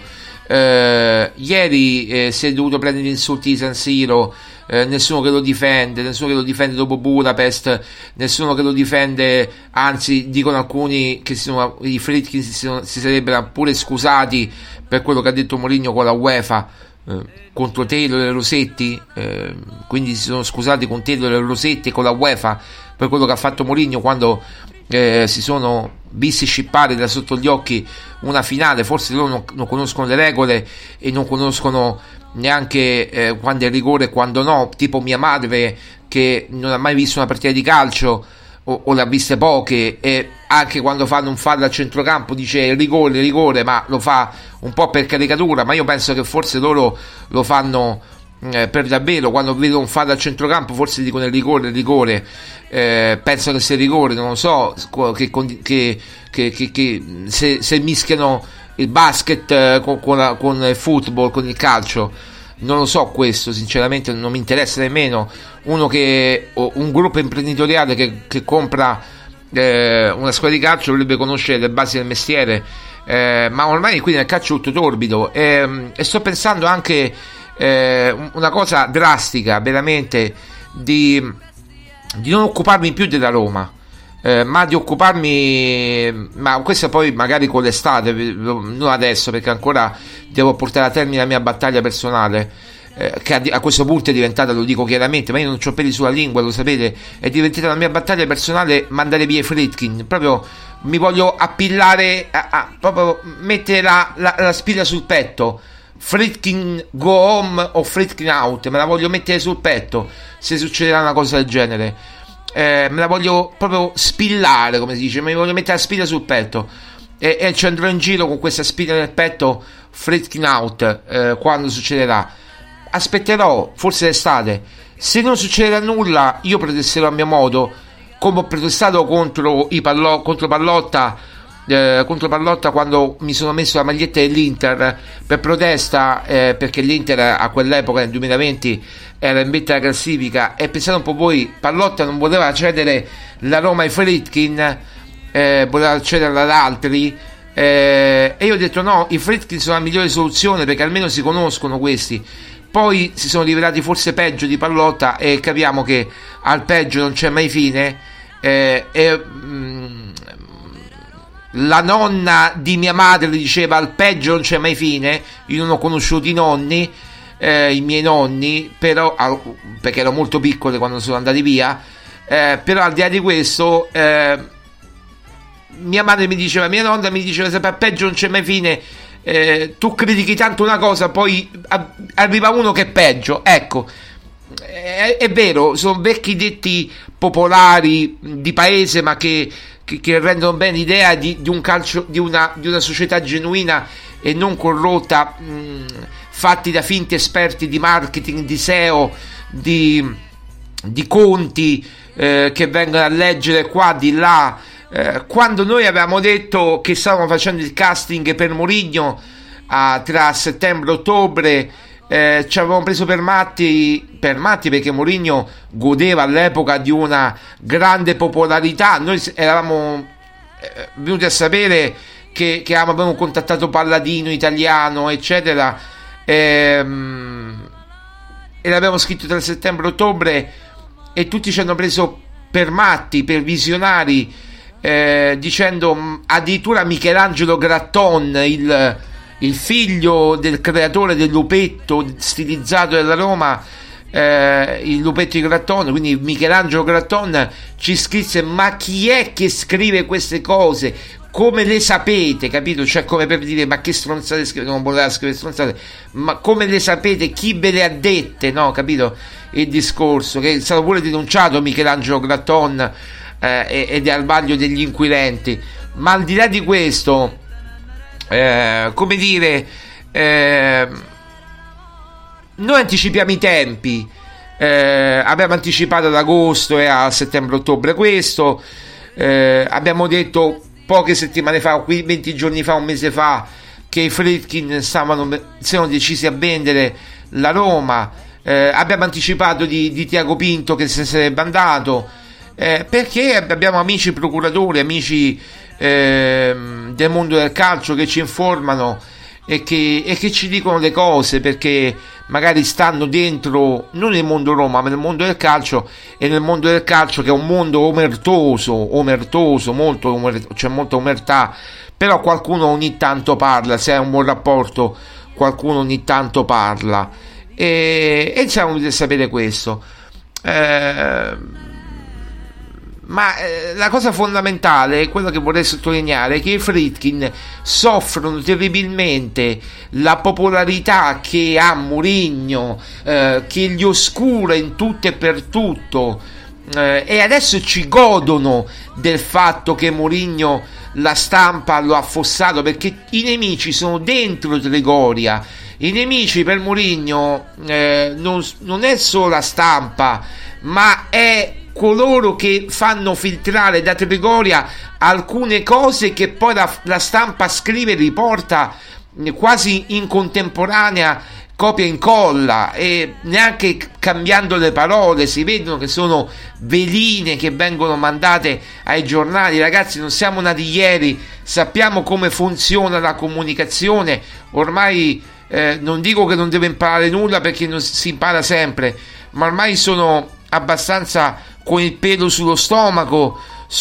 Eh, ieri eh, si è dovuto prendere gli insulti di San Siro, eh, nessuno che lo difende, nessuno che lo difende dopo Budapest, nessuno che lo difende, anzi dicono alcuni che si sono, i Friedkin si, sono, si sarebbero pure scusati per quello che ha detto Mourinho con la UEFA eh, contro Taylor e Rossetti, eh, quindi si sono scusati con Taylor e Rossetti e con la UEFA per quello che ha fatto Mourinho quando eh, si sono visti scippare da sotto gli occhi una finale. Forse loro non, non conoscono le regole e non conoscono neanche eh, quando è rigore e quando no, tipo mia madre che non ha mai visto una partita di calcio o, o l'ha viste poche, e anche quando fanno un fallo al centrocampo dice rigore, rigore, ma lo fa un po' per caricatura, ma io penso che forse loro lo fanno eh, per davvero. Quando vedo un fallo al centrocampo forse dicono rigore, rigore, eh, penso che sia rigore, non lo so che, che, che, che, che se, se mischiano il basket eh, con, con, la, con il football, con il calcio, non lo so, questo sinceramente non mi interessa nemmeno. Uno che un gruppo imprenditoriale che, che compra eh, una squadra di calcio dovrebbe conoscere le basi del mestiere, eh, ma ormai qui nel calcio è tutto torbido, e, e sto pensando anche eh, una cosa drastica veramente, di, di non occuparmi più della Roma, eh, ma di occuparmi, ma questo poi magari con l'estate, non adesso perché ancora devo portare a termine la mia battaglia personale, eh, che a, a questo punto è diventata, lo dico chiaramente, ma io non c'ho peli sulla lingua, lo sapete, è diventata la mia battaglia personale mandare via i Friedkin. Proprio mi voglio appillare a, a proprio mettere la, la, la spilla sul petto. Friedkin go home o Friedkin out, me la voglio mettere sul petto se succederà una cosa del genere, eh, me la voglio proprio spillare, come si dice, mi voglio mettere la spilla sul petto e, e ci andrò in giro con questa spilla nel petto, Friedkin out, eh, quando succederà. Aspetterò forse l'estate, se non succederà nulla io protesterò a mio modo, come ho protestato contro i Pallo- contro Pallotta eh, contro Pallotta quando mi sono messo la maglietta dell'Inter per protesta, eh, perché l'Inter a quell'epoca nel duemilaventi era in vetta alla classifica, e pensate un po' voi, Pallotta non voleva cedere la Roma ai Friedkin, eh, voleva cederla ad altri, eh, e io ho detto no, i Friedkin sono la migliore soluzione perché almeno si conoscono questi. Poi si sono rivelati forse peggio di Pallotta e capiamo che al peggio non c'è mai fine, eh, e mh, la nonna di mia madre diceva al peggio non c'è mai fine. Io non ho conosciuto i nonni, eh, i miei nonni, però perché ero molto piccole quando sono andati via, eh, però al di là di questo, eh, mia madre mi diceva, mia nonna mi diceva sempre al peggio non c'è mai fine. Eh, tu critichi tanto una cosa, poi a- arriva uno che è peggio. Ecco, è, è vero, sono vecchi detti popolari di paese, ma che, che, che rendono bene l'idea di, di un calcio, di una, di una società genuina e non corrotta, mh, fatti da finti esperti di marketing, di S E O, di, di conti eh, che vengono a leggere qua di là. Eh, quando noi avevamo detto che stavamo facendo il casting per Mourinho ah, tra settembre e ottobre, eh, ci avevamo preso per matti, per matti perché Mourinho godeva all'epoca di una grande popolarità. Noi eravamo eh, venuti a sapere che, che avevamo contattato Palladino italiano, eccetera, ehm, e l'abbiamo scritto tra settembre e ottobre, e tutti ci hanno preso per matti, per visionari, eh, dicendo addirittura Michelangelo Gratton, il, il figlio del creatore del lupetto stilizzato della Roma, eh, il lupetto di Gratton, quindi Michelangelo Gratton ci scrisse: ma chi è che scrive queste cose? Come le sapete, capito? Cioè, come per dire: ma che stronzate scrive? Non voleva scrivere stronzate, ma come le sapete? Chi ve le ha dette? No, capito? Il discorso che è stato pure denunciato Michelangelo Gratton, eh, ed è al vaglio degli inquirenti. Ma al di là di questo, eh, come dire, eh, noi anticipiamo i tempi, eh, abbiamo anticipato ad agosto e a settembre-ottobre questo, eh, abbiamo detto poche settimane fa, qui venti giorni fa, un mese fa, che i Friedkin stavano, si erano decisi a vendere la Roma, eh, abbiamo anticipato di, di Tiago Pinto che se ne sarebbe andato, eh, perché abbiamo amici procuratori, amici eh, del mondo del calcio che ci informano e che, e che ci dicono le cose, perché magari stanno dentro non nel mondo Roma ma nel mondo del calcio, e nel mondo del calcio, che è un mondo omertoso, omertoso, molto omer- c'è molta omertà, però qualcuno ogni tanto parla, se hai un buon rapporto qualcuno ogni tanto parla, e, e siamo venuti a sapere questo, eh, ma eh, la cosa fondamentale, quello che vorrei sottolineare, è che i Friedkin soffrono terribilmente la popolarità che ha Mourinho, eh, che gli oscura in tutto e per tutto, eh, e adesso ci godono del fatto che Mourinho la stampa lo ha affossato, perché i nemici sono dentro Trigoria. I nemici per Mourinho eh, non, non è solo la stampa, ma è coloro che fanno filtrare da Trigoria alcune cose che poi la, la stampa scrive e riporta quasi in contemporanea, copia e incolla, e neanche cambiando le parole. Si vedono che sono veline che vengono mandate ai giornali. Ragazzi, non siamo nati ieri, sappiamo come funziona la comunicazione. Ormai eh, non dico che non deve imparare nulla, perché non si impara sempre, ma ormai sono abbastanza con il pelo sullo stomaco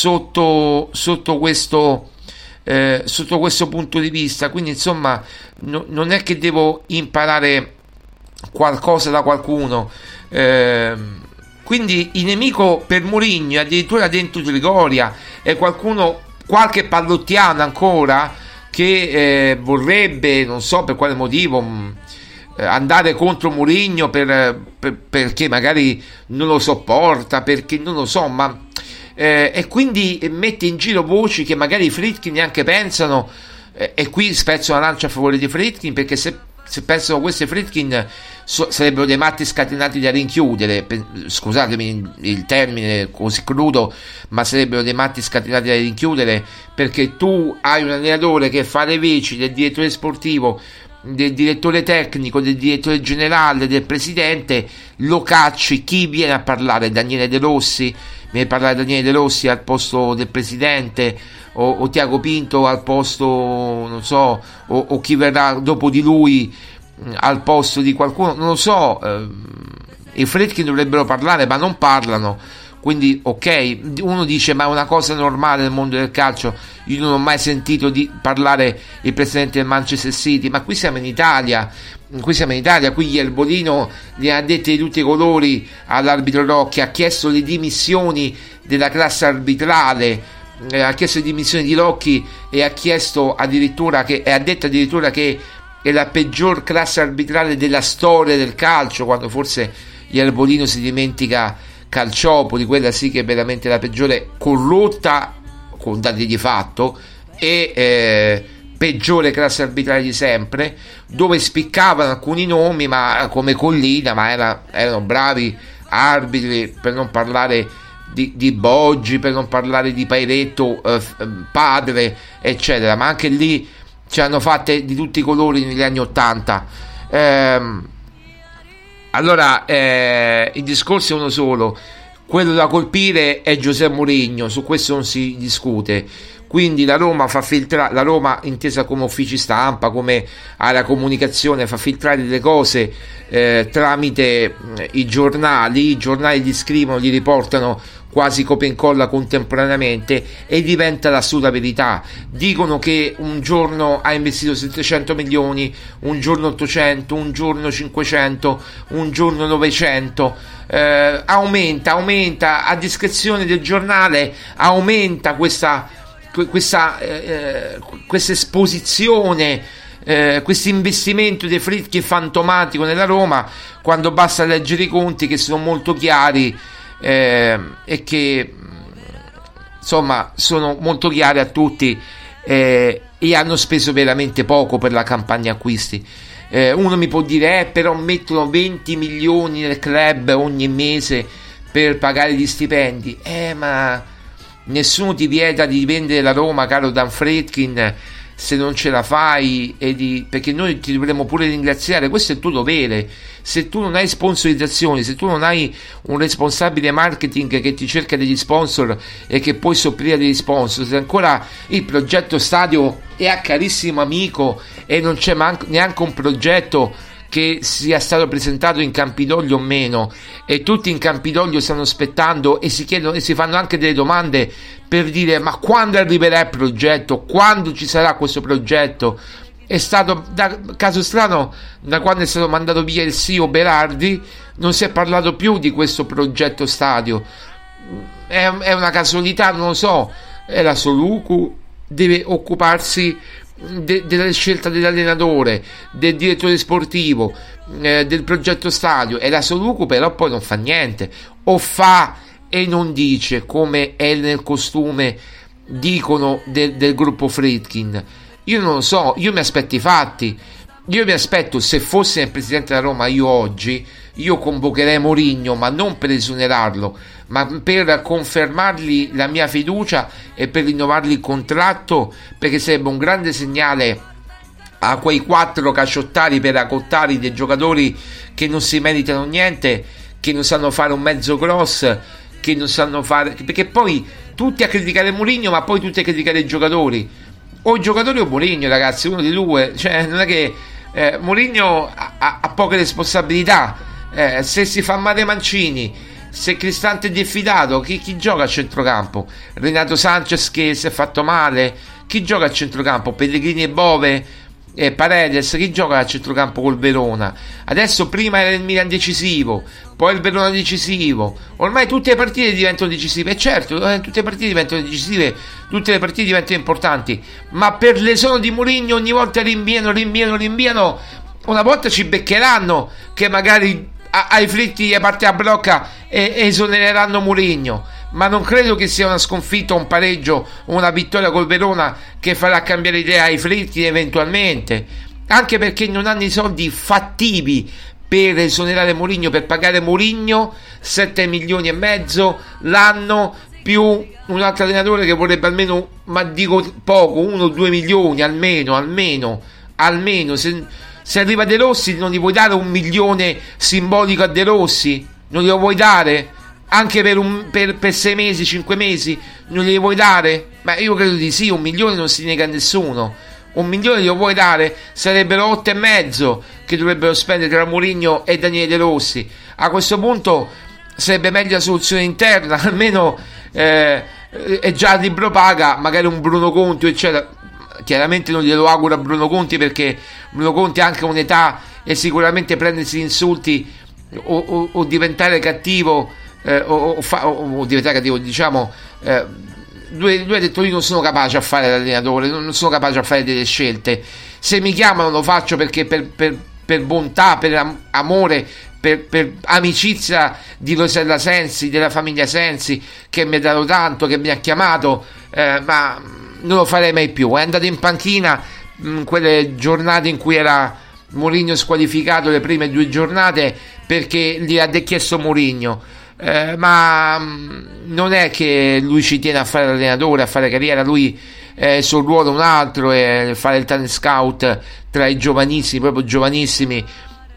sotto, sotto questo eh, sotto questo punto di vista. Quindi insomma no, non è che devo imparare qualcosa da qualcuno, eh, quindi il nemico per Mourinho è addirittura dentro Trigoria, e qualcuno, qualche pallottiano ancora che eh, vorrebbe, non so per quale motivo, mh, andare contro Mourinho per, per, perché magari non lo sopporta, perché non lo so, ma eh, e quindi mette in giro voci che magari i Friedkin neanche pensano, eh, e qui spezzo una lancia a favore di Friedkin, perché se, se pensano questi Friedkin so, sarebbero dei matti scatenati da rinchiudere, scusatemi il termine così crudo, ma sarebbero dei matti scatenati da rinchiudere, perché tu hai un allenatore che fa le veci del direttore sportivo, del direttore tecnico, del direttore generale, del presidente, lo cacci. Chi viene a parlare? Daniele De Rossi? Viene a parlare Daniele De Rossi al posto del presidente, o, o Tiago Pinto al posto, non so, o, o chi verrà dopo di lui al posto di qualcuno, non lo so. eh, i Friedkin dovrebbero parlare, ma non parlano. Quindi ok, uno dice ma è una cosa normale nel mondo del calcio, io non ho mai sentito di parlare il presidente del Manchester City, ma qui siamo in Italia, qui siamo in Italia, qui Ierbolino ne ha dette di tutti i colori all'arbitro Rocchi, ha chiesto le dimissioni della classe arbitrale, eh, ha chiesto le dimissioni di Rocchi, e ha chiesto addirittura che, e ha detto addirittura che è la peggior classe arbitrale della storia del calcio, quando forse Ierbolino si dimentica Calciopoli, quella sì che è veramente la peggiore, corrotta con dati di fatto, e eh, peggiore classe arbitrale di sempre, dove spiccavano alcuni nomi, ma come Collina, ma era, erano bravi arbitri, per non parlare di, di Boggi, per non parlare di Pairetto eh, padre, eccetera, ma anche lì ci hanno fatte di tutti i colori negli anni ottanta. ehm Allora eh, il discorso è uno solo: quello da colpire è José Mourinho, su questo non si discute. Quindi la Roma fa filtrare, la Roma intesa come uffici stampa, come area comunicazione, fa filtrare le cose eh, tramite eh, i giornali, i giornali li scrivono, li riportano quasi copia e incolla contemporaneamente e diventa l'assoluta verità. Dicono che un giorno ha investito settecento milioni, un giorno ottocento, un giorno cinquecento, un giorno novecento, eh, aumenta, aumenta a discrezione del giornale, aumenta questa questa, eh, questa esposizione, eh, questo investimento dei Friedkin fantomatico nella Roma, quando basta leggere i conti che sono molto chiari eh, e che insomma sono molto chiari a tutti eh, e hanno speso veramente poco per la campagna acquisti. Eh, uno mi può dire eh, però mettono venti milioni nel club ogni mese per pagare gli stipendi. Eh ma nessuno ti vieta di vendere la Roma, caro Dan Friedkin, se non ce la fai, e di, perché noi ti dovremmo pure ringraziare, questo è il tuo dovere. Se tu non hai sponsorizzazioni, se tu non hai un responsabile marketing che ti cerca degli sponsor e che puoi sopprire degli sponsor, se ancora il progetto stadio è a carissimo amico e non c'è man- neanche un progetto che sia stato presentato in Campidoglio o meno, e tutti in Campidoglio stanno aspettando e si chiedono e si fanno anche delle domande per dire ma quando arriverà il progetto, quando ci sarà questo progetto. È stato, da caso strano, da quando è stato mandato via il C E O Berardi non si è parlato più di questo progetto stadio. È, è una casualità, non lo so. È la Soluku, deve occuparsi De, della scelta dell'allenatore, del direttore sportivo, eh, del progetto stadio, e la Soluku però poi non fa niente, o fa e non dice, come è nel costume dicono del, del gruppo Friedkin. Io non lo so, io mi aspetto i fatti. Io mi aspetto, se fosse il presidente della Roma io oggi, io convocherei Mourinho, ma non per esonerarlo, ma per confermargli la mia fiducia e per rinnovargli il contratto, perché sarebbe un grande segnale a quei quattro cacciottari peracottari dei giocatori che non si meritano niente, che non sanno fare un mezzo cross, che non sanno fare, perché poi tutti a criticare Mourinho, ma poi tutti a criticare i giocatori, o i giocatori o Mourinho, ragazzi, uno dei due. Cioè non è che eh, Mourinho ha, ha, ha poche responsabilità. Eh, se si fa male Mancini, se Cristante è diffidato, chi, chi gioca a centrocampo? Renato Sanchez che si è fatto male, chi gioca a centrocampo? Pellegrini e Bove, eh, Paredes, chi gioca a centrocampo col Verona? Adesso prima era il Milan decisivo, poi il Verona decisivo, ormai tutte le partite diventano decisive, e certo eh, tutte le partite diventano decisive, tutte le partite diventano importanti, ma per l'esono di Mourinho ogni volta rinviano, rinviano, rinviano. Una volta ci beccheranno che magari ai fritti a parte a brocca e esonereranno Mourinho, ma non credo che sia una sconfitta, un pareggio o una vittoria col Verona che farà cambiare idea ai fritti eventualmente, anche perché non hanno i soldi fattivi per esonerare Mourinho, per pagare Mourinho sette milioni e mezzo l'anno più un altro allenatore che vorrebbe almeno, ma dico poco, uno o due milioni almeno, almeno, almeno. Se, se arriva De Rossi, non gli vuoi dare un milione simbolico a De Rossi? Non glielo vuoi dare? Anche per, un, per, per sei mesi, cinque mesi? Non glieli vuoi dare? Ma io credo di sì, un milione non si nega a nessuno. Un milione glielo vuoi dare? Sarebbero otto e mezzo che dovrebbero spendere tra Mourinho e Daniele De Rossi. A questo punto sarebbe meglio la soluzione interna, almeno eh, è già il libro paga, magari un Bruno Conti eccetera. Chiaramente non glielo auguro a Bruno Conti, perché Bruno Conti ha anche un'età e sicuramente prendersi insulti o, o, o diventare cattivo eh, o, o, fa, o, o diventare cattivo, diciamo eh, lui, lui ha detto io non sono capace a fare l'allenatore, non sono capace a fare delle scelte, se mi chiamano lo faccio perché per, per, per bontà, per am- amore, per, per amicizia di Rosella Sensi, della famiglia Sensi, che mi ha dato tanto, che mi ha chiamato, eh, ma non lo farei mai più. È andato in panchina in quelle giornate in cui era Mourinho squalificato, le prime due giornate, perché gli ha chiesto Mourinho, eh, ma non è che lui ci tiene a fare l'allenatore, a fare carriera. Lui eh, il suo ruolo un altro, è fare il talent scout tra i giovanissimi, proprio giovanissimi,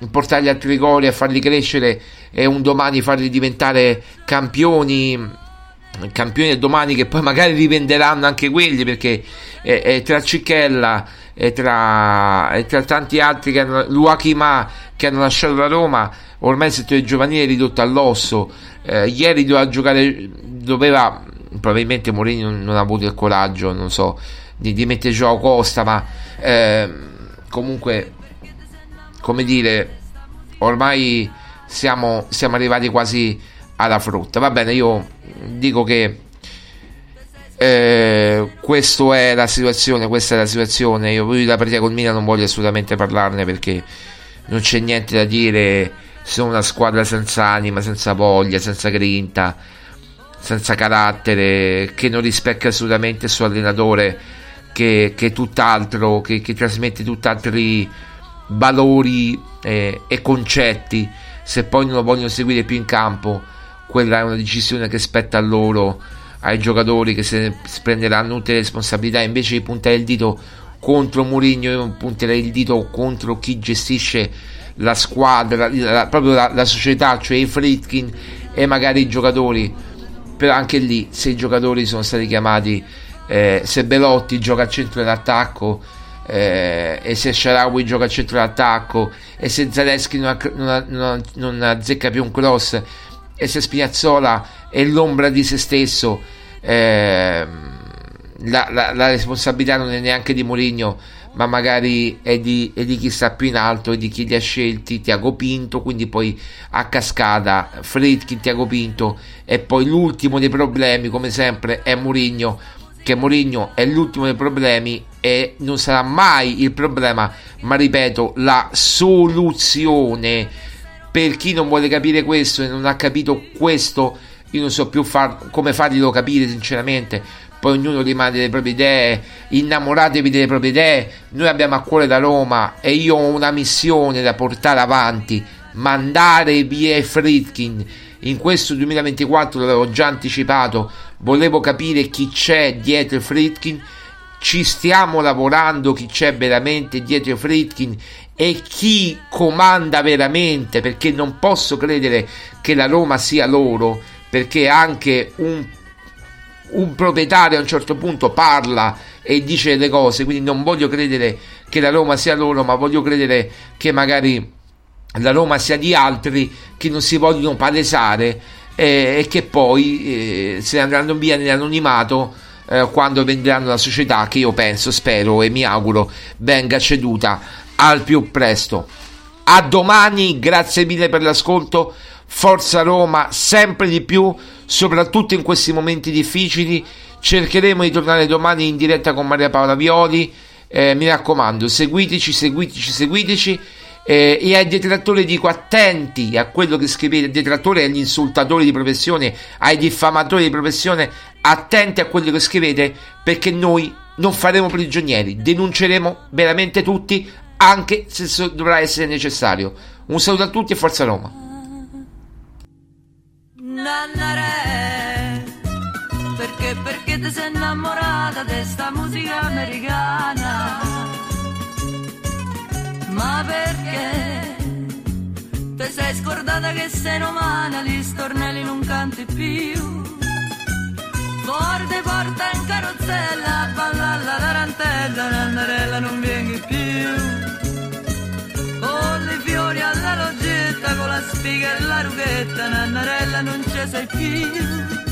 portargli altri gol e a farli crescere e un domani farli diventare campioni campioni del domani, che poi magari rivenderanno anche quelli, perché eh, eh, tra Cicchella e tra, e tra tanti altri che hanno, Luachimà, che hanno lasciato la Roma, ormai il settore giovanile è ridotto all'osso. Eh, ieri doveva giocare, doveva probabilmente Mourinho non, non ha avuto il coraggio, non so, di, di mettere Joao Costa, ma eh, comunque, come dire, ormai siamo, siamo arrivati quasi alla frutta. Va bene, io dico che eh, questa è la situazione, questa è la situazione. Io della partita col Milan non voglio assolutamente parlarne, perché non c'è niente da dire. Sono una squadra senza anima, senza voglia, senza grinta, senza carattere, che non rispecchia assolutamente il suo allenatore, che, che è tutt'altro, che, che trasmette tutt'altri valori eh, e concetti. Se poi non lo vogliono seguire più in campo, quella è una decisione che spetta a loro, ai giocatori, che se ne prenderanno tutte le responsabilità. Invece di puntare il dito contro Mourinho, io punterei il dito contro chi gestisce la squadra, la, proprio la, la società, cioè i Friedkin e magari i giocatori. Però anche lì, se i giocatori sono stati chiamati, eh, se Belotti gioca al centro dell'attacco, eh, e se Shaarawy gioca al centro dell'attacco, e se Zalewski non, non, non, non azzecca più un cross, e se Spinazzola è l'ombra di se stesso, eh, la, la, la responsabilità non è neanche di Mourinho, ma magari è di, è di chi sta più in alto e di chi li ha scelti, Tiago Pinto. Quindi poi a cascata Friedkin, Tiago Pinto, e poi l'ultimo dei problemi, come sempre, è Mourinho, che Mourinho è l'ultimo dei problemi e non sarà mai il problema, ma ripeto, la soluzione. Per chi non vuole capire questo e non ha capito questo, io non so più far, come farglielo capire, sinceramente. Poi ognuno rimane delle proprie idee, innamoratevi delle proprie idee. Noi abbiamo a cuore la Roma e io ho una missione da portare avanti: mandare via i Friedkin. In questo duemilaventiquattro, l'avevo già anticipato, volevo capire chi c'è dietro i Friedkin. Ci stiamo lavorando, chi c'è veramente dietro i Friedkin e chi comanda veramente, perché non posso credere che la Roma sia loro, perché anche un, un proprietario a un certo punto parla e dice le cose, quindi non voglio credere che la Roma sia loro, ma voglio credere che magari la Roma sia di altri che non si vogliono palesare eh, e che poi eh, se ne andranno via nell'anonimato eh, quando venderanno la società, che io penso, spero e mi auguro venga ceduta al più presto. A domani, grazie mille per l'ascolto. Forza Roma sempre di più, soprattutto in questi momenti difficili. Cercheremo di tornare domani in diretta con Maria Paola Violi. Eh, mi raccomando, seguiteci, seguiteci, seguiteci. Eh, e ai detrattori dico: attenti a quello che scrivete, detrattori, agli insultatori di professione, ai diffamatori di professione, attenti a quello che scrivete, perché noi non faremo prigionieri, denunceremo veramente tutti, anche se dovrà essere necessario. Un saluto a tutti e forza Roma. Nannare, perché perché ti sei innamorata di sta musica americana? Ma perché ti sei scordata che sei romana, gli stornelli non canti più? Porta porta in carrozzella, balla la tarantella, Nannarella non vieni più. Con i fiori alla loggetta, con la spiga e la rughetta, Nannarella non ci sei più.